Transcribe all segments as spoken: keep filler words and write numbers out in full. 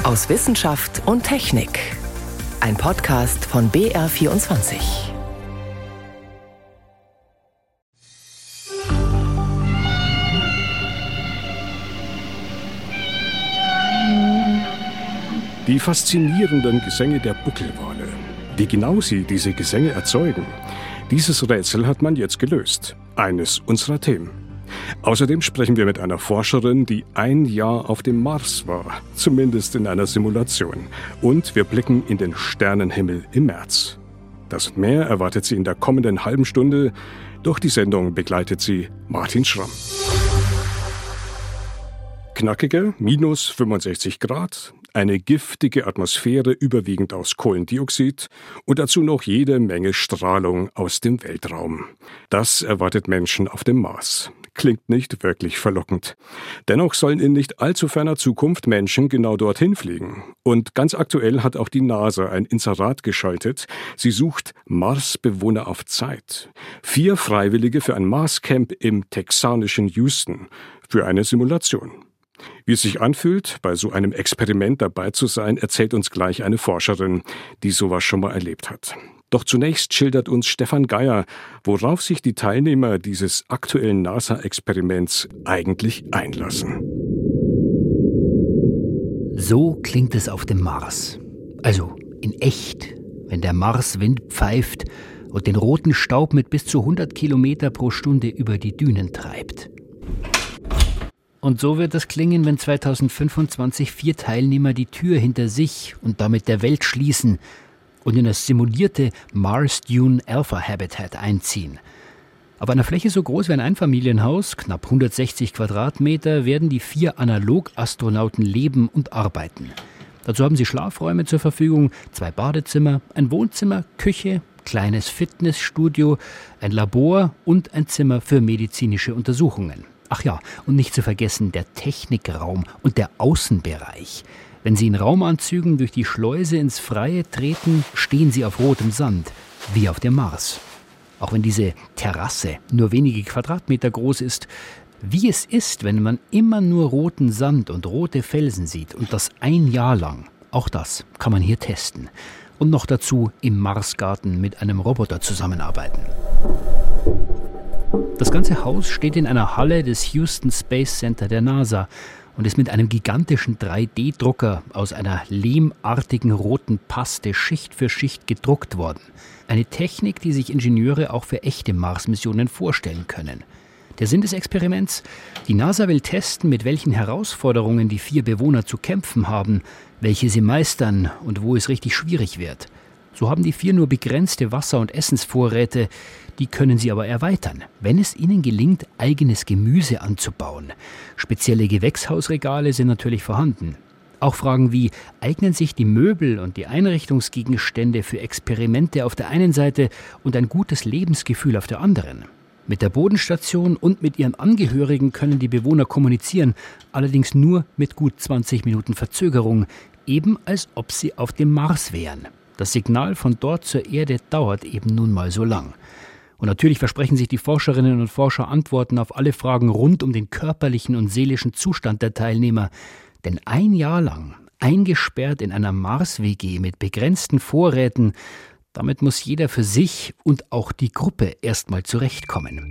aus Wissenschaft und Technik. Ein Podcast von B R vierundzwanzig. Die faszinierenden Gesänge der Buckelwale. Wie genau sie diese Gesänge erzeugen, dieses Rätsel hat man jetzt gelöst. Eines unserer Themen. Außerdem sprechen wir mit einer Forscherin, die ein Jahr auf dem Mars war, zumindest in einer Simulation. Und wir blicken in den Sternenhimmel im März. Das und mehr erwartet Sie in der kommenden halben Stunde. Durch die Sendung begleitet Sie Martin Schramm. Knackige minus fünfundsechzig Grad, eine giftige Atmosphäre überwiegend aus Kohlendioxid und dazu noch jede Menge Strahlung aus dem Weltraum. Das erwartet Menschen auf dem Mars. Klingt nicht wirklich verlockend. Dennoch sollen in nicht allzu ferner Zukunft Menschen genau dorthin fliegen. Und ganz aktuell hat auch die NASA ein Inserat geschaltet. Sie sucht Marsbewohner auf Zeit. Vier Freiwillige für ein Marscamp im texanischen Houston. Für eine Simulation. Wie es sich anfühlt, bei so einem Experiment dabei zu sein, erzählt uns gleich eine Forscherin, die sowas schon mal erlebt hat. Doch zunächst schildert uns Stefan Geier, worauf sich die Teilnehmer dieses aktuellen NASA-Experiments eigentlich einlassen. So klingt es auf dem Mars. Also in echt, wenn der Marswind pfeift und den roten Staub mit bis zu hundert Kilometer pro Stunde über die Dünen treibt. Und so wird es klingen, wenn zweitausendfünfundzwanzig vier Teilnehmer die Tür hinter sich und damit der Welt schließen und in das simulierte Mars Dune Alpha Habitat einziehen. Auf einer Fläche so groß wie ein Einfamilienhaus, knapp hundertsechzig Quadratmeter, werden die vier Analog-Astronauten leben und arbeiten. Dazu haben sie Schlafräume zur Verfügung, zwei Badezimmer, ein Wohnzimmer, Küche, kleines Fitnessstudio, ein Labor und ein Zimmer für medizinische Untersuchungen. Ach ja, und nicht zu vergessen der Technikraum und der Außenbereich. Wenn Sie in Raumanzügen durch die Schleuse ins Freie treten, stehen Sie auf rotem Sand, wie auf dem Mars. Auch wenn diese Terrasse nur wenige Quadratmeter groß ist, wie es ist, wenn man immer nur roten Sand und rote Felsen sieht und das ein Jahr lang, auch das kann man hier testen. Und noch dazu im Marsgarten mit einem Roboter zusammenarbeiten. Das ganze Haus steht in einer Halle des Houston Space Center der NASA und ist mit einem gigantischen drei D Drucker aus einer lehmartigen roten Paste Schicht für Schicht gedruckt worden. Eine Technik, die sich Ingenieure auch für echte Mars-Missionen vorstellen können. Der Sinn des Experiments? Die NASA will testen, mit welchen Herausforderungen die vier Bewohner zu kämpfen haben, welche sie meistern und wo es richtig schwierig wird. So haben die vier nur begrenzte Wasser- und Essensvorräte, die können sie aber erweitern, wenn es ihnen gelingt, eigenes Gemüse anzubauen. Spezielle Gewächshausregale sind natürlich vorhanden. Auch Fragen wie, eignen sich die Möbel und die Einrichtungsgegenstände für Experimente auf der einen Seite und ein gutes Lebensgefühl auf der anderen? Mit der Bodenstation und mit ihren Angehörigen können die Bewohner kommunizieren, allerdings nur mit gut zwanzig Minuten Verzögerung, eben als ob sie auf dem Mars wären. Das Signal von dort zur Erde dauert eben nun mal so lang. Und natürlich versprechen sich die Forscherinnen und Forscher Antworten auf alle Fragen rund um den körperlichen und seelischen Zustand der Teilnehmer. Denn ein Jahr lang, eingesperrt in einer Mars-W G mit begrenzten Vorräten, damit muss jeder für sich und auch die Gruppe erstmal zurechtkommen.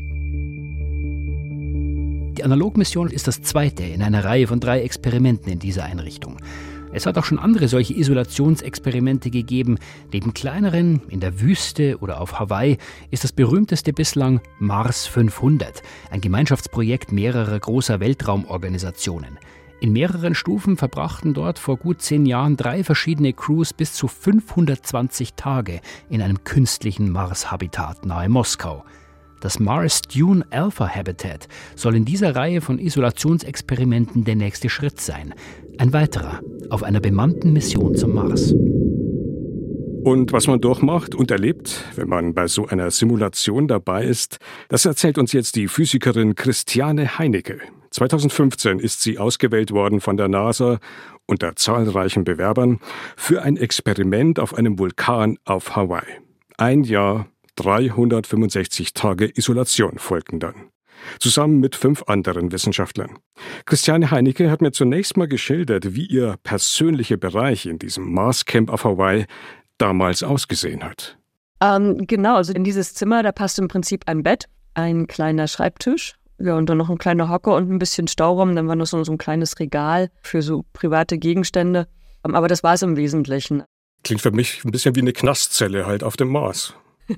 Die Analog-Mission ist das zweite in einer Reihe von drei Experimenten in dieser Einrichtung. Es hat auch schon andere solche Isolationsexperimente gegeben. Neben kleineren, in der Wüste oder auf Hawaii, ist das berühmteste bislang Mars fünfhundert, ein Gemeinschaftsprojekt mehrerer großer Weltraumorganisationen. In mehreren Stufen verbrachten dort vor gut zehn Jahren drei verschiedene Crews bis zu fünfhundertzwanzig Tage in einem künstlichen Mars-Habitat nahe Moskau. Das Mars Dune Alpha Habitat soll in dieser Reihe von Isolationsexperimenten der nächste Schritt sein. Ein weiterer auf einer bemannten Mission zum Mars. Und was man durchmacht und erlebt, wenn man bei so einer Simulation dabei ist, das erzählt uns jetzt die Physikerin Christiane Heinecke. zweitausendfünfzehn ist sie ausgewählt worden von der NASA unter zahlreichen Bewerbern für ein Experiment auf einem Vulkan auf Hawaii. Ein Jahr, dreihundertfünfundsechzig Tage Isolation folgten dann. zusammen mit fünf anderen Wissenschaftlern. Christiane Heinecke hat mir zunächst mal geschildert, wie ihr persönlicher Bereich in diesem Mars-Camp auf Hawaii damals ausgesehen hat. Ähm, genau, also in dieses Zimmer, da passt im Prinzip ein Bett, ein kleiner Schreibtisch, ja, und dann noch ein kleiner Hocker und ein bisschen Stauraum. Dann war noch so, so ein kleines Regal für so private Gegenstände. Ähm, aber das war es im Wesentlichen. Klingt für mich ein bisschen wie eine Knastzelle halt auf dem Mars.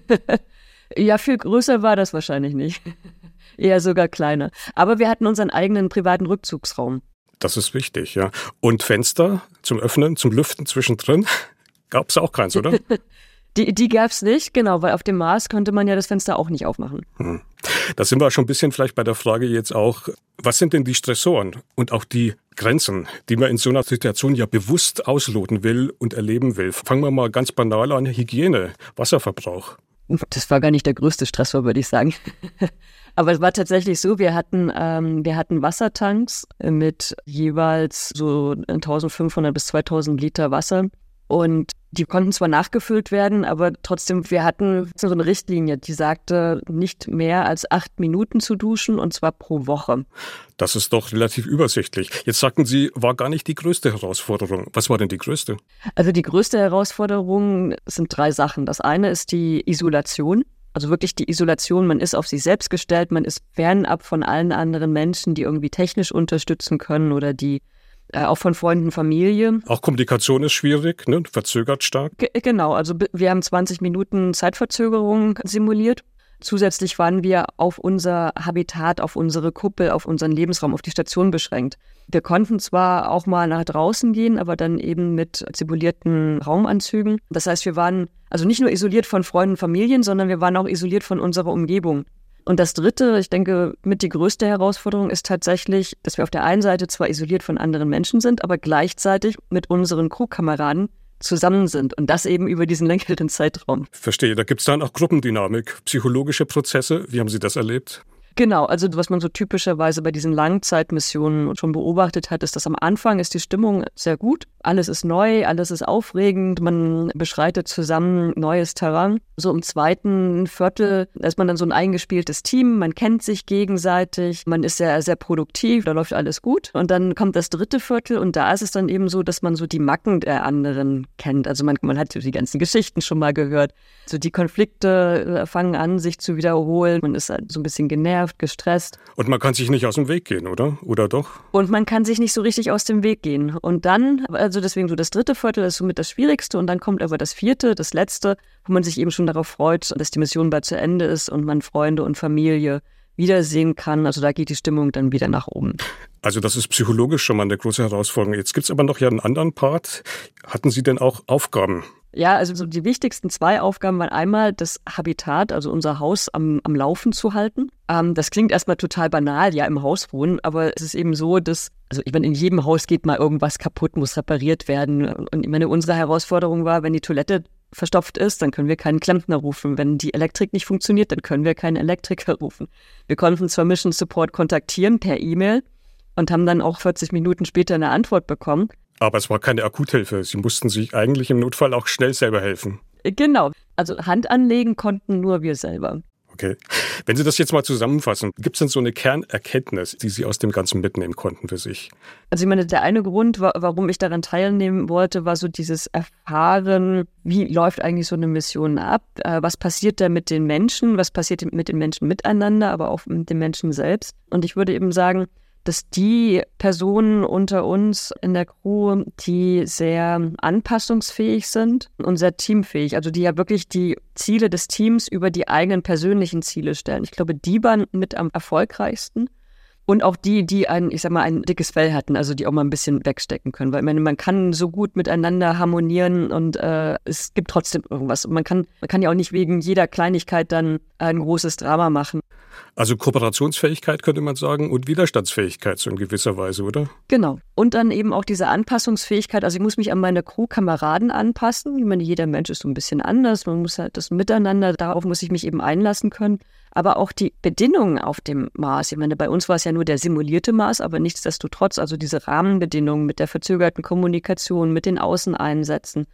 Ja, viel größer war das wahrscheinlich nicht. Eher sogar kleiner. Aber wir hatten unseren eigenen privaten Rückzugsraum. Das ist wichtig, ja. Und Fenster zum Öffnen, zum Lüften zwischendrin? Gab es auch keins, oder? Die, die gab es nicht, genau, weil auf dem Mars konnte man ja das Fenster auch nicht aufmachen. Hm. Da sind wir schon ein bisschen vielleicht bei der Frage jetzt auch, was sind denn die Stressoren und auch die Grenzen, die man in so einer Situation ja bewusst ausloten will und erleben will? Fangen wir mal ganz banal an, Hygiene, Wasserverbrauch. Das war gar nicht der größte Stressor, würde ich sagen. Aber es war tatsächlich so, wir hatten, ähm, wir hatten Wassertanks mit jeweils so eintausendfünfhundert bis zweitausend Liter Wasser. Und die konnten zwar nachgefüllt werden, aber trotzdem, wir hatten so eine Richtlinie, die sagte, nicht mehr als acht Minuten zu duschen, und zwar pro Woche. Das ist doch relativ übersichtlich. Jetzt sagten Sie, war gar nicht die größte Herausforderung. Was war denn die größte? Also die größte Herausforderung sind drei Sachen. Das eine ist die Isolation. Also wirklich die Isolation, man ist auf sich selbst gestellt, man ist fernab von allen anderen Menschen, die irgendwie technisch unterstützen können oder die Äh, auch von Freunden, Familie. Auch Kommunikation ist schwierig, ne? Verzögert stark. G- genau, also wir haben zwanzig Minuten Zeitverzögerung simuliert. Zusätzlich waren wir auf unser Habitat, auf unsere Kuppel, auf unseren Lebensraum, auf die Station beschränkt. Wir konnten zwar auch mal nach draußen gehen, aber dann eben mit simulierten Raumanzügen. Das heißt, wir waren also nicht nur isoliert von Freunden, Familien, sondern wir waren auch isoliert von unserer Umgebung. Und das Dritte, ich denke, mit die größte Herausforderung ist tatsächlich, dass wir auf der einen Seite zwar isoliert von anderen Menschen sind, aber gleichzeitig mit unseren Crewkameraden zusammen sind. Und das eben über diesen längeren Zeitraum. Verstehe, da gibt es dann auch Gruppendynamik, psychologische Prozesse. Wie haben Sie das erlebt? Genau, also was man so typischerweise bei diesen Langzeitmissionen schon beobachtet hat, ist, dass am Anfang ist die Stimmung sehr gut. Alles ist neu, alles ist aufregend, man beschreitet zusammen neues Terrain. So im zweiten Viertel ist man dann so ein eingespieltes Team, man kennt sich gegenseitig, man ist sehr, sehr produktiv, da läuft alles gut. Und dann kommt das dritte Viertel und da ist es dann eben so, dass man so die Macken der anderen kennt. Also man, man hat die ganzen Geschichten schon mal gehört. So die Konflikte fangen an, sich zu wiederholen. Man ist halt so ein bisschen genervt, gestresst. Und man kann sich nicht aus dem Weg gehen, oder? Oder doch? Und man kann sich nicht so richtig aus dem Weg gehen. Und dann, also deswegen so das dritte Viertel ist somit das Schwierigste und dann kommt aber das vierte, das letzte, wo man sich eben schon darauf freut, dass die Mission bald zu Ende ist und man Freunde und Familie wiedersehen kann. Also da geht die Stimmung dann wieder nach oben. Also das ist psychologisch schon mal eine große Herausforderung. Jetzt gibt es aber noch ja einen anderen Part. Hatten Sie denn auch Aufgaben? Ja, also so die wichtigsten zwei Aufgaben waren einmal das Habitat, also unser Haus am, am Laufen zu halten. Ähm, das klingt erstmal total banal, ja, im Haus wohnen, aber es ist eben so, dass, also ich meine, in jedem Haus geht mal irgendwas kaputt, muss repariert werden. Und ich meine, unsere Herausforderung war, wenn die Toilette verstopft ist, dann können wir keinen Klempner rufen. Wenn die Elektrik nicht funktioniert, dann können wir keinen Elektriker rufen. Wir konnten zwar Mission Support kontaktieren per E-Mail und haben dann auch vierzig Minuten später eine Antwort bekommen. Aber es war keine Akuthilfe. Sie mussten sich eigentlich im Notfall auch schnell selber helfen. Genau. Also Hand anlegen konnten nur wir selber. Okay. Wenn Sie das jetzt mal zusammenfassen, gibt es denn so eine Kernerkenntnis, die Sie aus dem Ganzen mitnehmen konnten für sich? Also ich meine, der eine Grund, warum ich daran teilnehmen wollte, war so dieses Erfahren, wie läuft eigentlich so eine Mission ab? Was passiert da mit den Menschen? Was passiert mit den Menschen miteinander, aber auch mit den Menschen selbst? Und ich würde eben sagen, dass die Personen unter uns in der Crew, die sehr anpassungsfähig sind und sehr teamfähig, also die ja wirklich die Ziele des Teams über die eigenen persönlichen Ziele stellen. Ich glaube, die waren mit am erfolgreichsten. Und auch die, die ein, ich sag mal, ein dickes Fell hatten, also die auch mal ein bisschen wegstecken können. Weil ich meine, man kann so gut miteinander harmonieren und äh, es gibt trotzdem irgendwas. Und man kann, man kann ja auch nicht wegen jeder Kleinigkeit dann ein großes Drama machen. Also Kooperationsfähigkeit könnte man sagen und Widerstandsfähigkeit so in gewisser Weise, oder? Genau. Und dann eben auch diese Anpassungsfähigkeit. Also ich muss mich an meine Crew-Kameraden anpassen. Ich meine, jeder Mensch ist so ein bisschen anders. Man muss halt das Miteinander, darauf muss ich mich eben einlassen können. Aber auch die Bedingungen auf dem Mars. Ich meine, bei uns war es ja nur der simulierte Mars, aber nichtsdestotrotz, also diese Rahmenbedingungen mit der verzögerten Kommunikation, mit den Außeneinsätzen,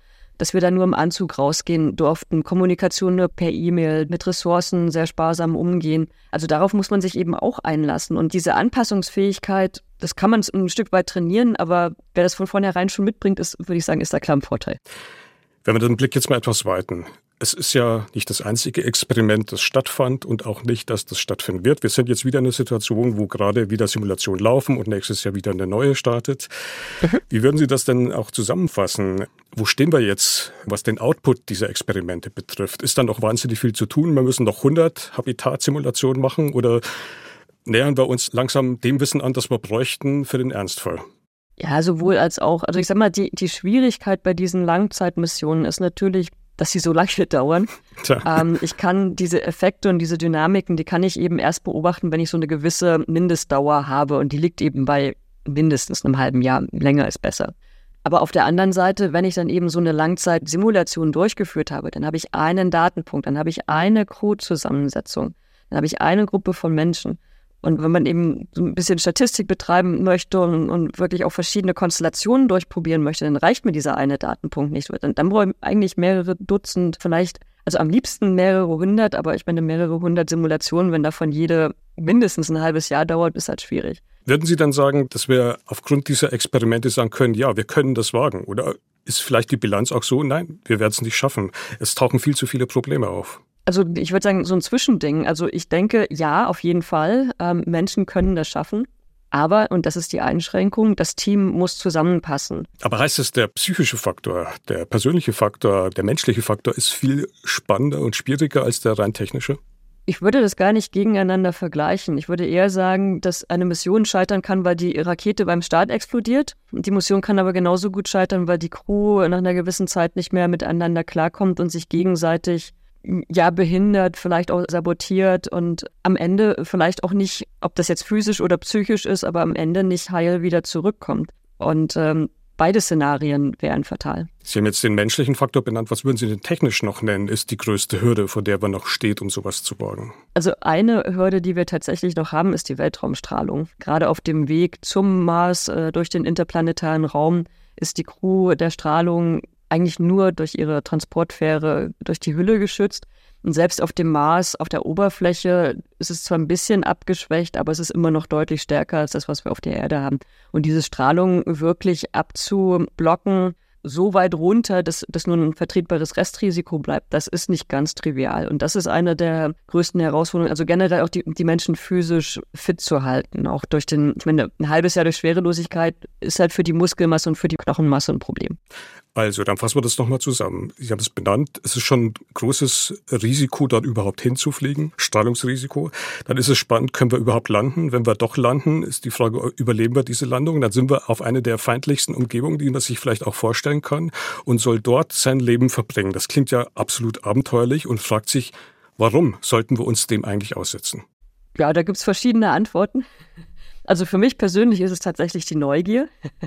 dass wir da nur im Anzug rausgehen durften, Kommunikation nur per E-Mail, mit Ressourcen sehr sparsam umgehen. Also darauf muss man sich eben auch einlassen. Und diese Anpassungsfähigkeit, das kann man ein Stück weit trainieren, aber wer das von vornherein schon mitbringt, ist, würde ich sagen, ist da klar ein Vorteil. Wenn wir den Blick jetzt mal etwas weiten. Es ist ja nicht das einzige Experiment, das stattfand und auch nicht, dass das stattfinden wird. Wir sind jetzt wieder in einer Situation, wo gerade wieder Simulationen laufen und nächstes Jahr wieder eine neue startet. Mhm. Wie würden Sie das denn auch zusammenfassen? Wo stehen wir jetzt, was den Output dieser Experimente betrifft? Ist da noch wahnsinnig viel zu tun? Wir müssen noch hundert Habitatsimulationen machen oder nähern wir uns langsam dem Wissen an, das wir bräuchten für den Ernstfall? Ja, sowohl als auch. Also ich sag mal, die, die Schwierigkeit bei diesen Langzeitmissionen ist natürlich, dass sie so lange dauern. Ähm, ich kann diese Effekte und diese Dynamiken, die kann ich eben erst beobachten, wenn ich so eine gewisse Mindestdauer habe und die liegt eben bei mindestens einem halben Jahr. Länger ist besser. Aber auf der anderen Seite, wenn ich dann eben so eine Langzeitsimulation durchgeführt habe, dann habe ich einen Datenpunkt, dann habe ich eine Crew-Zusammensetzung, dann habe ich eine Gruppe von Menschen. Und wenn man eben so ein bisschen Statistik betreiben möchte und, und wirklich auch verschiedene Konstellationen durchprobieren möchte, dann reicht mir dieser eine Datenpunkt nicht. Dann, dann brauche ich eigentlich mehrere Dutzend, vielleicht, also am liebsten mehrere hundert, aber ich meine mehrere hundert Simulationen, wenn davon jede mindestens ein halbes Jahr dauert, ist halt schwierig. Würden Sie dann sagen, dass wir aufgrund dieser Experimente sagen können, ja, wir können das wagen? Oder ist vielleicht die Bilanz auch so, nein, wir werden es nicht schaffen. Es tauchen viel zu viele Probleme auf. Also ich würde sagen, so ein Zwischending. Also ich denke, ja, auf jeden Fall, ähm, Menschen können das schaffen. Aber, und das ist die Einschränkung, das Team muss zusammenpassen. Aber heißt es, der psychische Faktor, der persönliche Faktor, der menschliche Faktor ist viel spannender und schwieriger als der rein technische? Ich würde das gar nicht gegeneinander vergleichen. Ich würde eher sagen, dass eine Mission scheitern kann, weil die Rakete beim Start explodiert. Die Mission kann aber genauso gut scheitern, weil die Crew nach einer gewissen Zeit nicht mehr miteinander klarkommt und sich gegenseitig ja behindert, vielleicht auch sabotiert und am Ende vielleicht auch nicht, ob das jetzt physisch oder psychisch ist, aber am Ende nicht heil wieder zurückkommt. Und ähm, beide Szenarien wären fatal. Sie haben jetzt den menschlichen Faktor benannt. Was würden Sie denn technisch noch nennen, ist die größte Hürde, vor der man noch steht, um sowas zu wagen? Also eine Hürde, die wir tatsächlich noch haben, ist die Weltraumstrahlung. Gerade auf dem Weg zum Mars äh, durch den interplanetaren Raum ist die Crew der Strahlung eigentlich nur durch ihre Transportfähre durch die Hülle geschützt. Und selbst auf dem Mars, auf der Oberfläche, ist es zwar ein bisschen abgeschwächt, aber es ist immer noch deutlich stärker als das, was wir auf der Erde haben. Und diese Strahlung wirklich abzublocken, so weit runter, dass, dass nur ein vertretbares Restrisiko bleibt, das ist nicht ganz trivial. Und das ist eine der größten Herausforderungen, also generell auch die, die Menschen physisch fit zu halten. Auch durch den, ich meine, ein halbes Jahr durch Schwerelosigkeit ist halt für die Muskelmasse und für die Knochenmasse ein Problem. Also, dann fassen wir das nochmal zusammen. Sie haben es benannt, es ist schon ein großes Risiko, dort überhaupt hinzufliegen, Strahlungsrisiko. Dann ist es spannend, können wir überhaupt landen? Wenn wir doch landen, ist die Frage, überleben wir diese Landung? Dann sind wir auf eine der feindlichsten Umgebungen, die man sich vielleicht auch vorstellen kann und soll dort sein Leben verbringen. Das klingt ja absolut abenteuerlich und fragt sich, warum sollten wir uns dem eigentlich aussetzen? Ja, da gibt es verschiedene Antworten. Also für mich persönlich ist es tatsächlich die Neugier.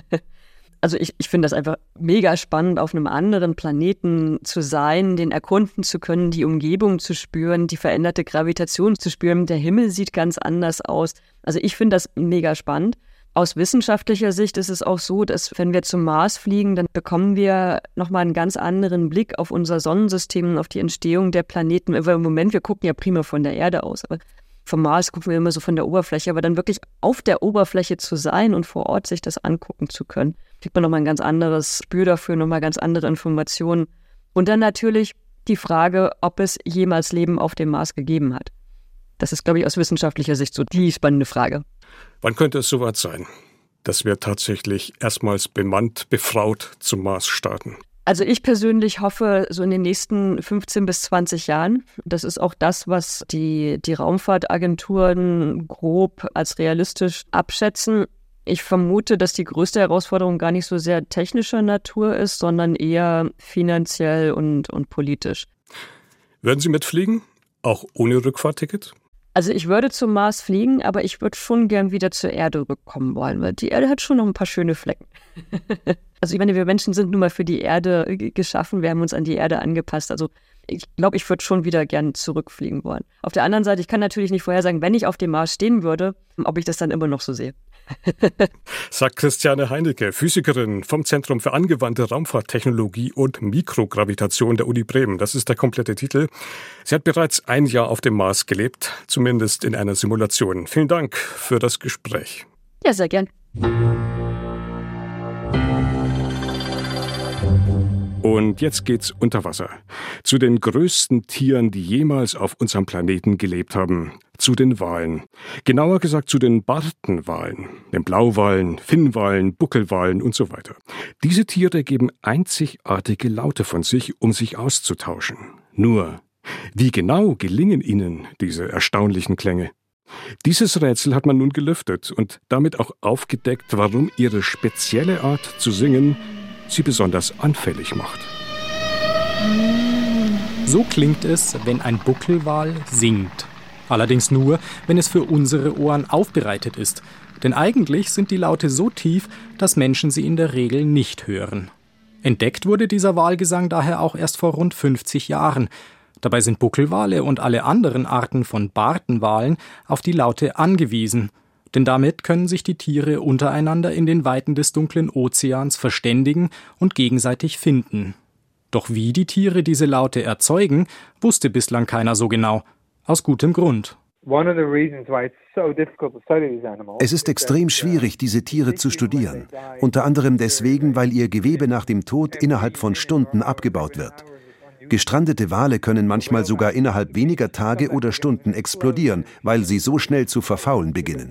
Also ich, ich finde das einfach mega spannend, auf einem anderen Planeten zu sein, den erkunden zu können, die Umgebung zu spüren, die veränderte Gravitation zu spüren. Der Himmel sieht ganz anders aus. Also ich finde das mega spannend. Aus wissenschaftlicher Sicht ist es auch so, dass wenn wir zum Mars fliegen, dann bekommen wir nochmal einen ganz anderen Blick auf unser Sonnensystem und auf die Entstehung der Planeten. Weil im Moment, wir gucken ja prima von der Erde aus, aber vom Mars gucken wir immer so von der Oberfläche. Aber dann wirklich auf der Oberfläche zu sein und vor Ort sich das angucken zu können, kriegt man nochmal ein ganz anderes Gespür dafür, nochmal ganz andere Informationen. Und dann natürlich die Frage, ob es jemals Leben auf dem Mars gegeben hat. Das ist, glaube ich, aus wissenschaftlicher Sicht so die spannende Frage. Wann könnte es soweit sein, dass wir tatsächlich erstmals bemannt, befraut zum Mars starten? Also ich persönlich hoffe, so in den nächsten fünfzehn bis zwanzig Jahren. Das ist auch das, was die, die Raumfahrtagenturen grob als realistisch abschätzen. Ich vermute, dass die größte Herausforderung gar nicht so sehr technischer Natur ist, sondern eher finanziell und, und politisch. Würden Sie mitfliegen? Auch ohne Rückfahrticket? Also ich würde zum Mars fliegen, aber ich würde schon gern wieder zur Erde rückkommen wollen, weil die Erde hat schon noch ein paar schöne Flecken. Also ich meine, wir Menschen sind nun mal für die Erde geschaffen, wir haben uns an die Erde angepasst. Also ich glaube, ich würde schon wieder gern zurückfliegen wollen. Auf der anderen Seite, ich kann natürlich nicht vorhersagen, wenn ich auf dem Mars stehen würde, ob ich das dann immer noch so sehe. Sagt Christiane Heinecke, Physikerin vom Zentrum für angewandte Raumfahrttechnologie und Mikrogravitation der Uni Bremen. Das ist der komplette Titel. Sie hat bereits ein Jahr auf dem Mars gelebt, zumindest in einer Simulation. Vielen Dank für das Gespräch. Ja, sehr gern. Und jetzt geht's unter Wasser. Zu den größten Tieren, die jemals auf unserem Planeten gelebt haben. Zu den Walen. Genauer gesagt zu den Bartenwalen, den Blauwalen, Finnwalen, Buckelwalen und so weiter. Diese Tiere geben einzigartige Laute von sich, um sich auszutauschen. Nur, wie genau gelingen ihnen diese erstaunlichen Klänge? Dieses Rätsel hat man nun gelüftet und damit auch aufgedeckt, warum ihre spezielle Art zu singen sie besonders anfällig macht. So klingt es, wenn ein Buckelwal singt. Allerdings nur, wenn es für unsere Ohren aufbereitet ist. Denn eigentlich sind die Laute so tief, dass Menschen sie in der Regel nicht hören. Entdeckt wurde dieser Walgesang daher auch erst vor rund fünfzig Jahren. Dabei sind Buckelwale und alle anderen Arten von Bartenwalen auf die Laute angewiesen. Denn damit können sich die Tiere untereinander in den Weiten des dunklen Ozeans verständigen und gegenseitig finden. Doch wie die Tiere diese Laute erzeugen, wusste bislang keiner so genau. Aus gutem Grund. Es ist extrem schwierig, diese Tiere zu studieren. Unter anderem deswegen, weil ihr Gewebe nach dem Tod innerhalb von Stunden abgebaut wird. Gestrandete Wale können manchmal sogar innerhalb weniger Tage oder Stunden explodieren, weil sie so schnell zu verfaulen beginnen.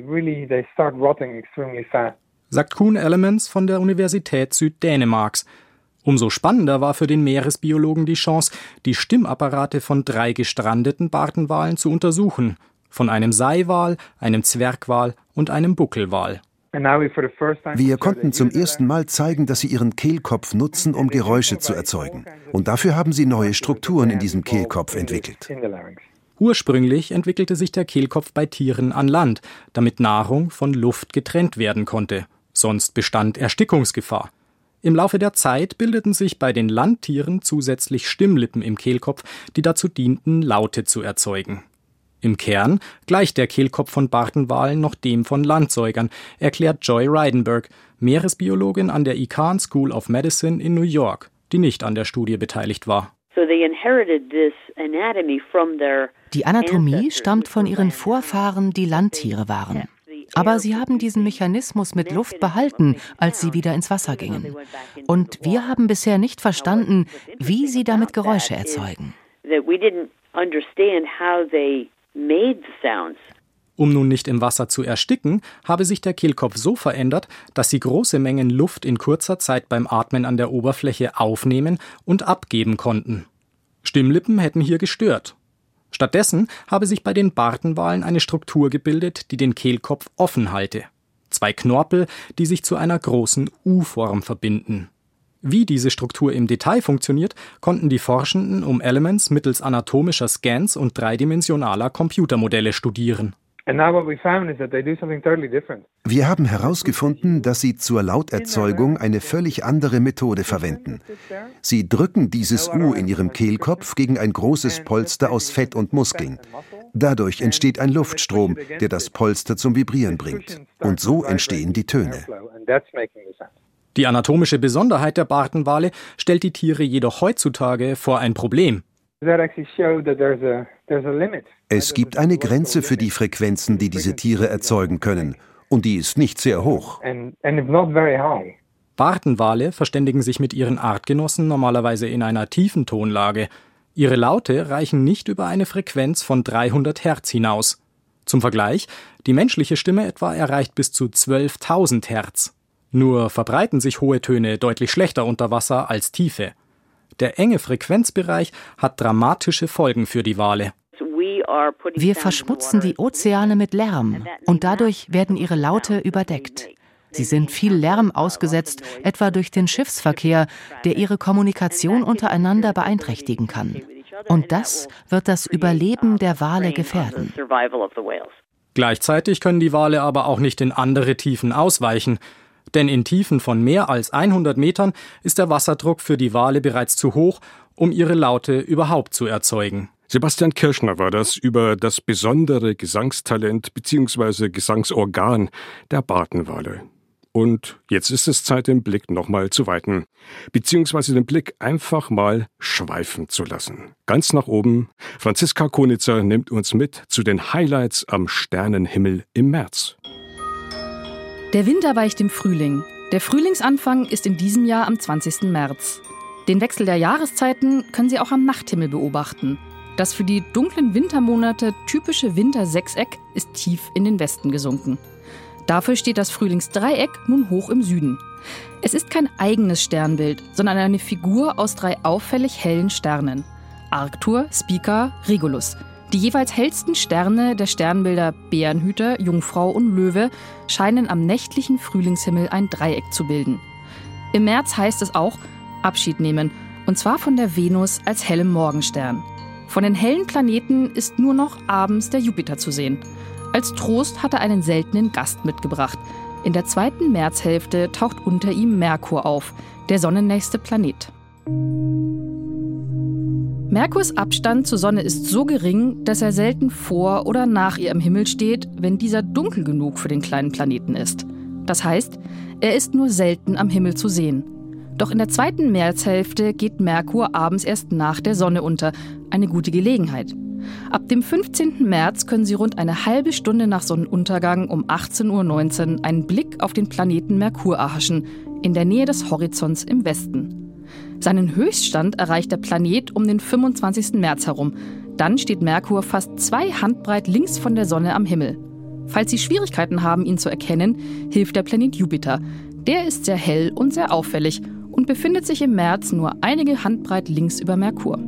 Sagt Koen Elements von der Universität Süddänemarks. Umso spannender war für den Meeresbiologen die Chance, die Stimmapparate von drei gestrandeten Bartenwalen zu untersuchen. Von einem Seiwal, einem Zwergwal und einem Buckelwal. Wir konnten zum ersten Mal zeigen, dass sie ihren Kehlkopf nutzen, um Geräusche zu erzeugen. Und dafür haben sie neue Strukturen in diesem Kehlkopf entwickelt. Ursprünglich entwickelte sich der Kehlkopf bei Tieren an Land, damit Nahrung von Luft getrennt werden konnte. Sonst bestand Erstickungsgefahr. Im Laufe der Zeit bildeten sich bei den Landtieren zusätzlich Stimmlippen im Kehlkopf, die dazu dienten, Laute zu erzeugen. Im Kern gleicht der Kehlkopf von Bartenwalen noch dem von Landsäugern, erklärt Joy Reidenberg, Meeresbiologin an der Icahn School of Medicine in New York, die nicht an der Studie beteiligt war. Die Anatomie stammt von ihren Vorfahren, die Landtiere waren. Aber sie haben diesen Mechanismus mit Luft behalten, als sie wieder ins Wasser gingen. Und wir haben bisher nicht verstanden, wie sie damit Geräusche erzeugen. Um nun nicht im Wasser zu ersticken, habe sich der Kehlkopf so verändert, dass sie große Mengen Luft in kurzer Zeit beim Atmen an der Oberfläche aufnehmen und abgeben konnten. Stimmlippen hätten hier gestört. Stattdessen habe sich bei den Bartenwalen eine Struktur gebildet, die den Kehlkopf offen halte. Zwei Knorpel, die sich zu einer großen U-Form verbinden. Wie diese Struktur im Detail funktioniert, konnten die Forschenden um Elements mittels anatomischer Scans und dreidimensionaler Computermodelle studieren. Wir haben herausgefunden, dass sie zur Lauterzeugung eine völlig andere Methode verwenden. Sie drücken dieses U in ihrem Kehlkopf gegen ein großes Polster aus Fett und Muskeln. Dadurch entsteht ein Luftstrom, der das Polster zum Vibrieren bringt. Und so entstehen die Töne. Die anatomische Besonderheit der Bartenwale stellt die Tiere jedoch heutzutage vor ein Problem. Es gibt eine Grenze für die Frequenzen, die diese Tiere erzeugen können. Und die ist nicht sehr hoch. Bartenwale verständigen sich mit ihren Artgenossen normalerweise in einer tiefen Tonlage. Ihre Laute reichen nicht über eine Frequenz von dreihundert Hertz hinaus. Zum Vergleich, die menschliche Stimme etwa erreicht bis zu zwölftausend Hertz. Nur verbreiten sich hohe Töne deutlich schlechter unter Wasser als tiefe. Der enge Frequenzbereich hat dramatische Folgen für die Wale. Wir verschmutzen die Ozeane mit Lärm und dadurch werden ihre Laute überdeckt. Sie sind viel Lärm ausgesetzt, etwa durch den Schiffsverkehr, der ihre Kommunikation untereinander beeinträchtigen kann. Und das wird das Überleben der Wale gefährden. Gleichzeitig können die Wale aber auch nicht in andere Tiefen ausweichen. Denn in Tiefen von mehr als hundert Metern ist der Wasserdruck für die Wale bereits zu hoch, um ihre Laute überhaupt zu erzeugen. Sebastian Kirschner war das über das besondere Gesangstalent bzw. Gesangsorgan der Bartenwale. Und jetzt ist es Zeit, den Blick nochmal zu weiten, beziehungsweise den Blick einfach mal schweifen zu lassen. Ganz nach oben. Franziska Konitzer nimmt uns mit zu den Highlights am Sternenhimmel im März. Der Winter weicht dem Frühling. Der Frühlingsanfang ist in diesem Jahr am zwanzigsten März. Den Wechsel der Jahreszeiten können Sie auch am Nachthimmel beobachten. Das für die dunklen Wintermonate typische Wintersechseck ist tief in den Westen gesunken. Dafür steht das Frühlingsdreieck nun hoch im Süden. Es ist kein eigenes Sternbild, sondern eine Figur aus drei auffällig hellen Sternen. Arctur, Spica, Regulus. Die jeweils hellsten Sterne der Sternbilder Bärenhüter, Jungfrau und Löwe scheinen am nächtlichen Frühlingshimmel ein Dreieck zu bilden. Im März heißt es auch Abschied nehmen, und zwar von der Venus als hellem Morgenstern. Von den hellen Planeten ist nur noch abends der Jupiter zu sehen. Als Trost hat er einen seltenen Gast mitgebracht. In der zweiten Märzhälfte taucht unter ihm Merkur auf, der sonnennächste Planet. Merkurs Abstand zur Sonne ist so gering, dass er selten vor oder nach ihr am Himmel steht, wenn dieser dunkel genug für den kleinen Planeten ist. Das heißt, er ist nur selten am Himmel zu sehen. Doch in der zweiten Märzhälfte geht Merkur abends erst nach der Sonne unter. Eine gute Gelegenheit. Ab dem fünfzehnten März können Sie rund eine halbe Stunde nach Sonnenuntergang um achtzehn Uhr neunzehn einen Blick auf den Planeten Merkur erhaschen, in der Nähe des Horizonts im Westen. Seinen Höchststand erreicht der Planet um den fünfundzwanzigsten März herum. Dann steht Merkur fast zwei Handbreit links von der Sonne am Himmel. Falls Sie Schwierigkeiten haben, ihn zu erkennen, hilft der Planet Jupiter. Der ist sehr hell und sehr auffällig und befindet sich im März nur einige Handbreit links über Merkur.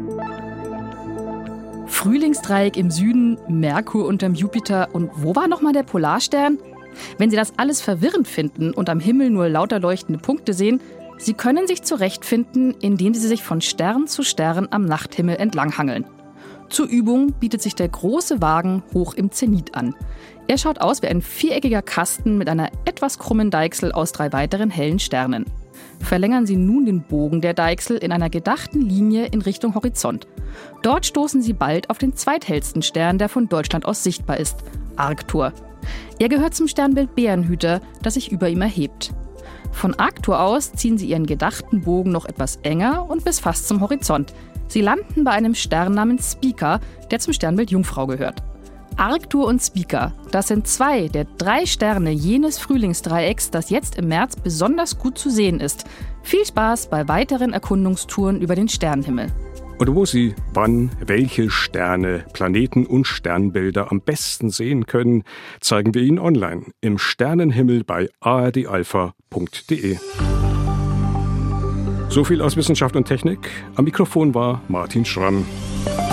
Frühlingsdreieck im Süden, Merkur unterm Jupiter und wo war nochmal der Polarstern? Wenn Sie das alles verwirrend finden und am Himmel nur lauter leuchtende Punkte sehen, Sie können sich zurechtfinden, indem Sie sich von Stern zu Stern am Nachthimmel entlanghangeln. Zur Übung bietet sich der große Wagen hoch im Zenit an. Er schaut aus wie ein viereckiger Kasten mit einer etwas krummen Deichsel aus drei weiteren hellen Sternen. Verlängern Sie nun den Bogen der Deichsel in einer gedachten Linie in Richtung Horizont. Dort stoßen Sie bald auf den zweithellsten Stern, der von Deutschland aus sichtbar ist, Arctur. Er gehört zum Sternbild Bärenhüter, das sich über ihm erhebt. Von Arctur aus ziehen Sie Ihren gedachten Bogen noch etwas enger und bis fast zum Horizont. Sie landen bei einem Stern namens Spica, der zum Sternbild Jungfrau gehört. Arctur und Spica, das sind zwei der drei Sterne jenes Frühlingsdreiecks, das jetzt im März besonders gut zu sehen ist. Viel Spaß bei weiteren Erkundungstouren über den Sternenhimmel. Und wo Sie wann welche Sterne, Planeten und Sternbilder am besten sehen können, zeigen wir Ihnen online im Sternenhimmel bei a r d alpha punkt d e. So viel aus Wissenschaft und Technik. Am Mikrofon war Martin Schramm.